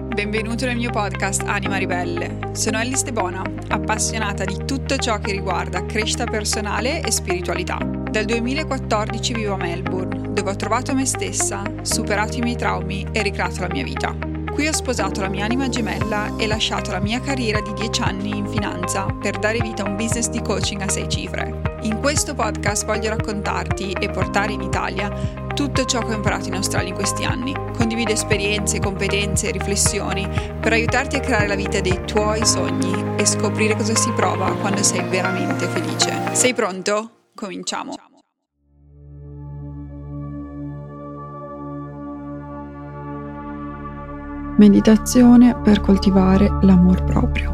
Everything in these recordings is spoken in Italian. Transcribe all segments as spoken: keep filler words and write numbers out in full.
benvenuto nel mio podcast Anima Ribelle. Sono Ellis De Bona, appassionata di tutto ciò che riguarda crescita personale e spiritualità. Dal duemilaquattordici vivo a Melbourne, dove ho trovato me stessa, superato i miei traumi e ricreato la mia vita. Qui ho sposato la mia anima gemella e lasciato la mia carriera di dieci anni in finanza per dare vita a un business di coaching a sei cifre. In questo podcast voglio raccontarti e portare in Italia tutto ciò che ho imparato in Australia in questi anni. Condivido esperienze, competenze e riflessioni per aiutarti a creare la vita dei tuoi sogni e scoprire cosa si prova quando sei veramente felice. Sei pronto? Cominciamo! Meditazione per coltivare l'amor proprio.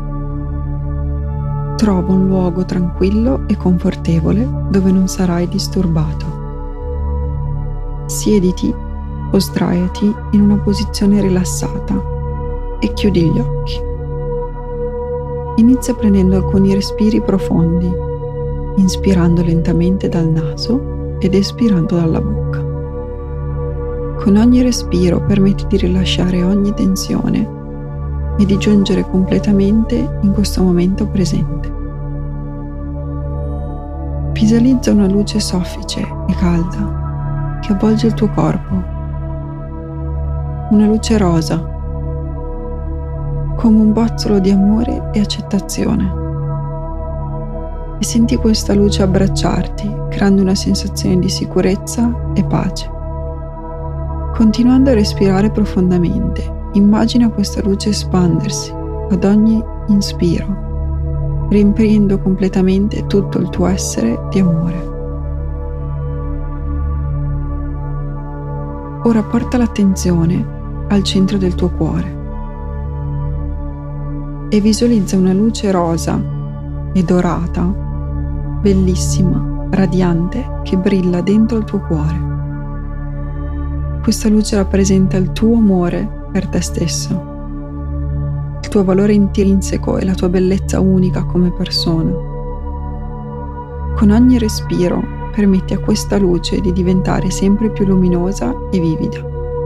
Trova un luogo tranquillo e confortevole dove non sarai disturbato. Siediti o sdraiati in una posizione rilassata e chiudi gli occhi. Inizia prendendo alcuni respiri profondi, inspirando lentamente dal naso ed espirando dalla bocca. Con ogni respiro permetti di rilasciare ogni tensione e di giungere completamente in questo momento presente. Visualizza una luce soffice e calda che avvolge il tuo corpo. Una luce rosa, come un bozzolo di amore e accettazione. E senti questa luce abbracciarti, creando una sensazione di sicurezza e pace. Continuando a respirare profondamente, immagina questa luce espandersi ad ogni inspiro, riempiendo completamente tutto il tuo essere di amore. Ora porta l'attenzione al centro del tuo cuore e visualizza una luce rosa e dorata, bellissima, radiante, che brilla dentro il tuo cuore. Questa luce rappresenta il tuo amore per te stesso, il tuo valore intrinseco e la tua bellezza unica come persona. Con ogni respiro permetti a questa luce di diventare sempre più luminosa e vivida.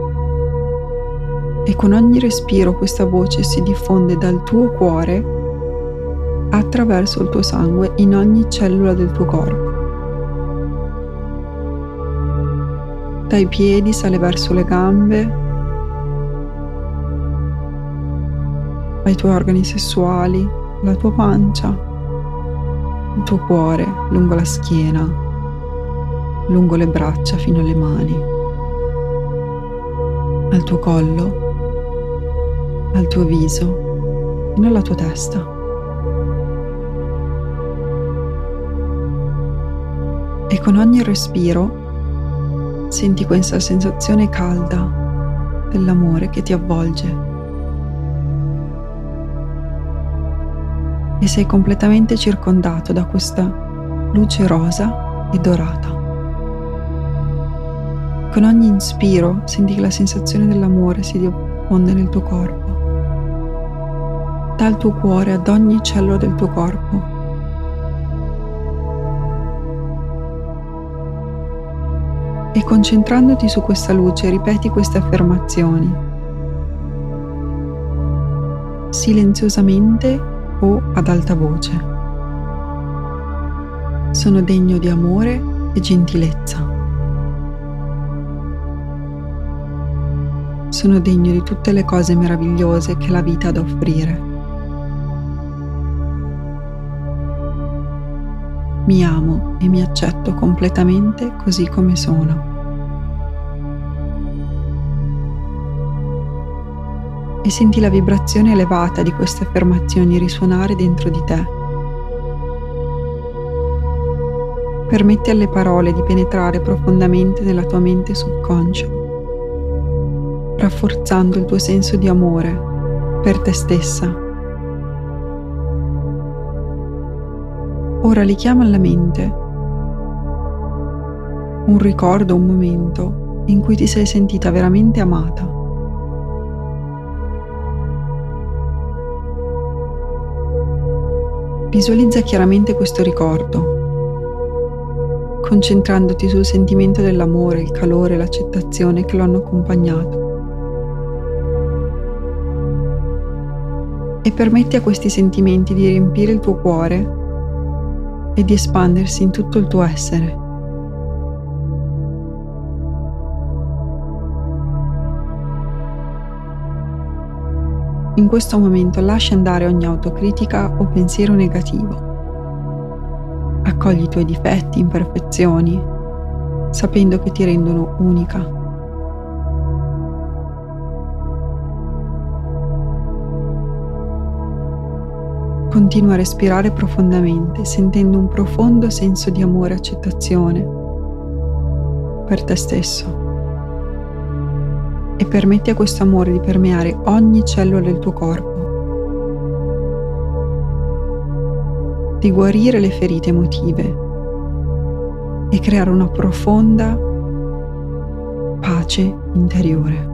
E con ogni respiro questa voce si diffonde dal tuo cuore attraverso il tuo sangue in ogni cellula del tuo corpo. Dai piedi sale verso le gambe, ai tuoi organi sessuali, la tua pancia, il tuo cuore lungo la schiena, lungo le braccia fino alle mani, al tuo collo, al tuo viso, fino alla tua testa. E con ogni respiro senti questa sensazione calda dell'amore che ti avvolge e sei completamente circondato da questa luce rosa e dorata. Con ogni inspiro senti che la sensazione dell'amore si diffonde nel tuo corpo, dal tuo cuore ad ogni cellula del tuo corpo. E concentrandoti su questa luce ripeti queste affermazioni silenziosamente o ad alta voce. Sono degno di amore e gentilezza. Sono degno di tutte le cose meravigliose che la vita ha da offrire. Mi amo e mi accetto completamente così come sono. E senti la vibrazione elevata di queste affermazioni risuonare dentro di te. Permetti alle parole di penetrare profondamente nella tua mente subconscio, rafforzando il tuo senso di amore per te stessa. Ora li chiama alla mente un ricordo, un momento in cui ti sei sentita veramente amata. Visualizza chiaramente questo ricordo, concentrandoti sul sentimento dell'amore, il calore e l'accettazione che lo hanno accompagnato. e permetti a questi sentimenti di riempire il tuo cuore e di espandersi in tutto il tuo essere. In questo momento lascia andare ogni autocritica o pensiero negativo. Accogli i tuoi difetti, imperfezioni, sapendo che ti rendono unica. Continua a respirare profondamente, sentendo un profondo senso di amore e accettazione per te stesso. E permetti a questo amore di permeare ogni cellula del tuo corpo, di guarire le ferite emotive e creare una profonda pace interiore.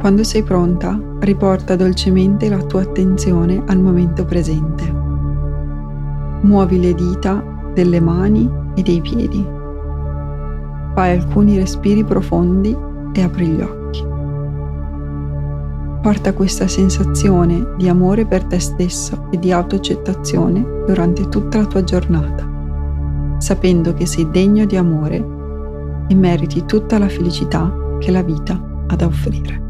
Quando sei pronta, riporta dolcemente la tua attenzione al momento presente. Muovi le dita delle mani e dei piedi. Fai alcuni respiri profondi e apri gli occhi. Porta questa sensazione di amore per te stesso e di autoaccettazione durante tutta la tua giornata, sapendo che sei degno di amore e meriti tutta la felicità che la vita ha da offrire.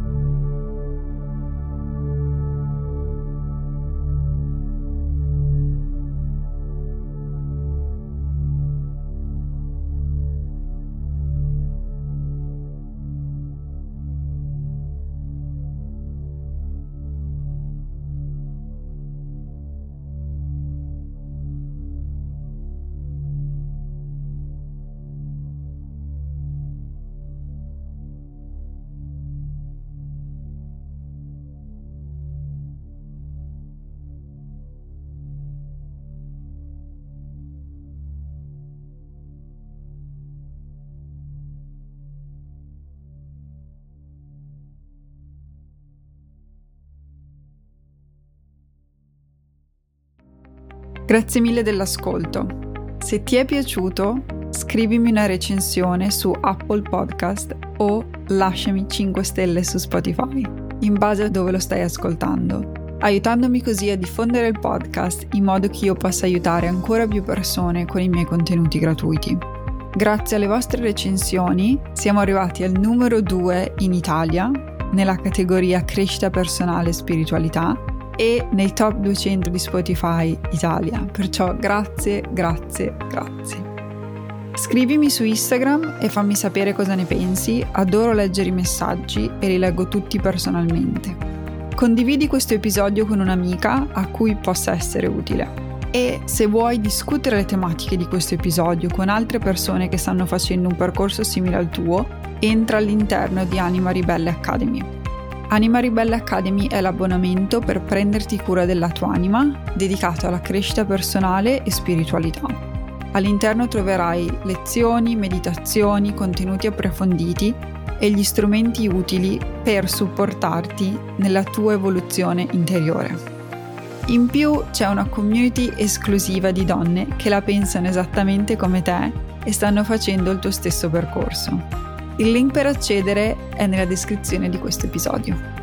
Grazie mille dell'ascolto. Se ti è piaciuto, scrivimi una recensione su Apple Podcast o lasciami cinque stelle su Spotify, in base a dove lo stai ascoltando, aiutandomi così a diffondere il podcast in modo che io possa aiutare ancora più persone con i miei contenuti gratuiti. Grazie alle vostre recensioni siamo arrivati al numero due in Italia nella categoria crescita personale e spiritualità e nei top duecento di Spotify Italia, perciò grazie, grazie, grazie. Scrivimi su Instagram e fammi sapere cosa ne pensi, adoro leggere i messaggi e li leggo tutti personalmente. Condividi questo episodio con un'amica a cui possa essere utile. E se vuoi discutere le tematiche di questo episodio con altre persone che stanno facendo un percorso simile al tuo, entra all'interno di Anima Ribelle Academy. Anima Ribelle Academy è l'abbonamento per prenderti cura della tua anima, dedicato alla crescita personale e spiritualità. All'interno troverai lezioni, meditazioni, contenuti approfonditi e gli strumenti utili per supportarti nella tua evoluzione interiore. In più c'è una community esclusiva di donne che la pensano esattamente come te e stanno facendo il tuo stesso percorso. Il link per accedere è nella descrizione di questo episodio.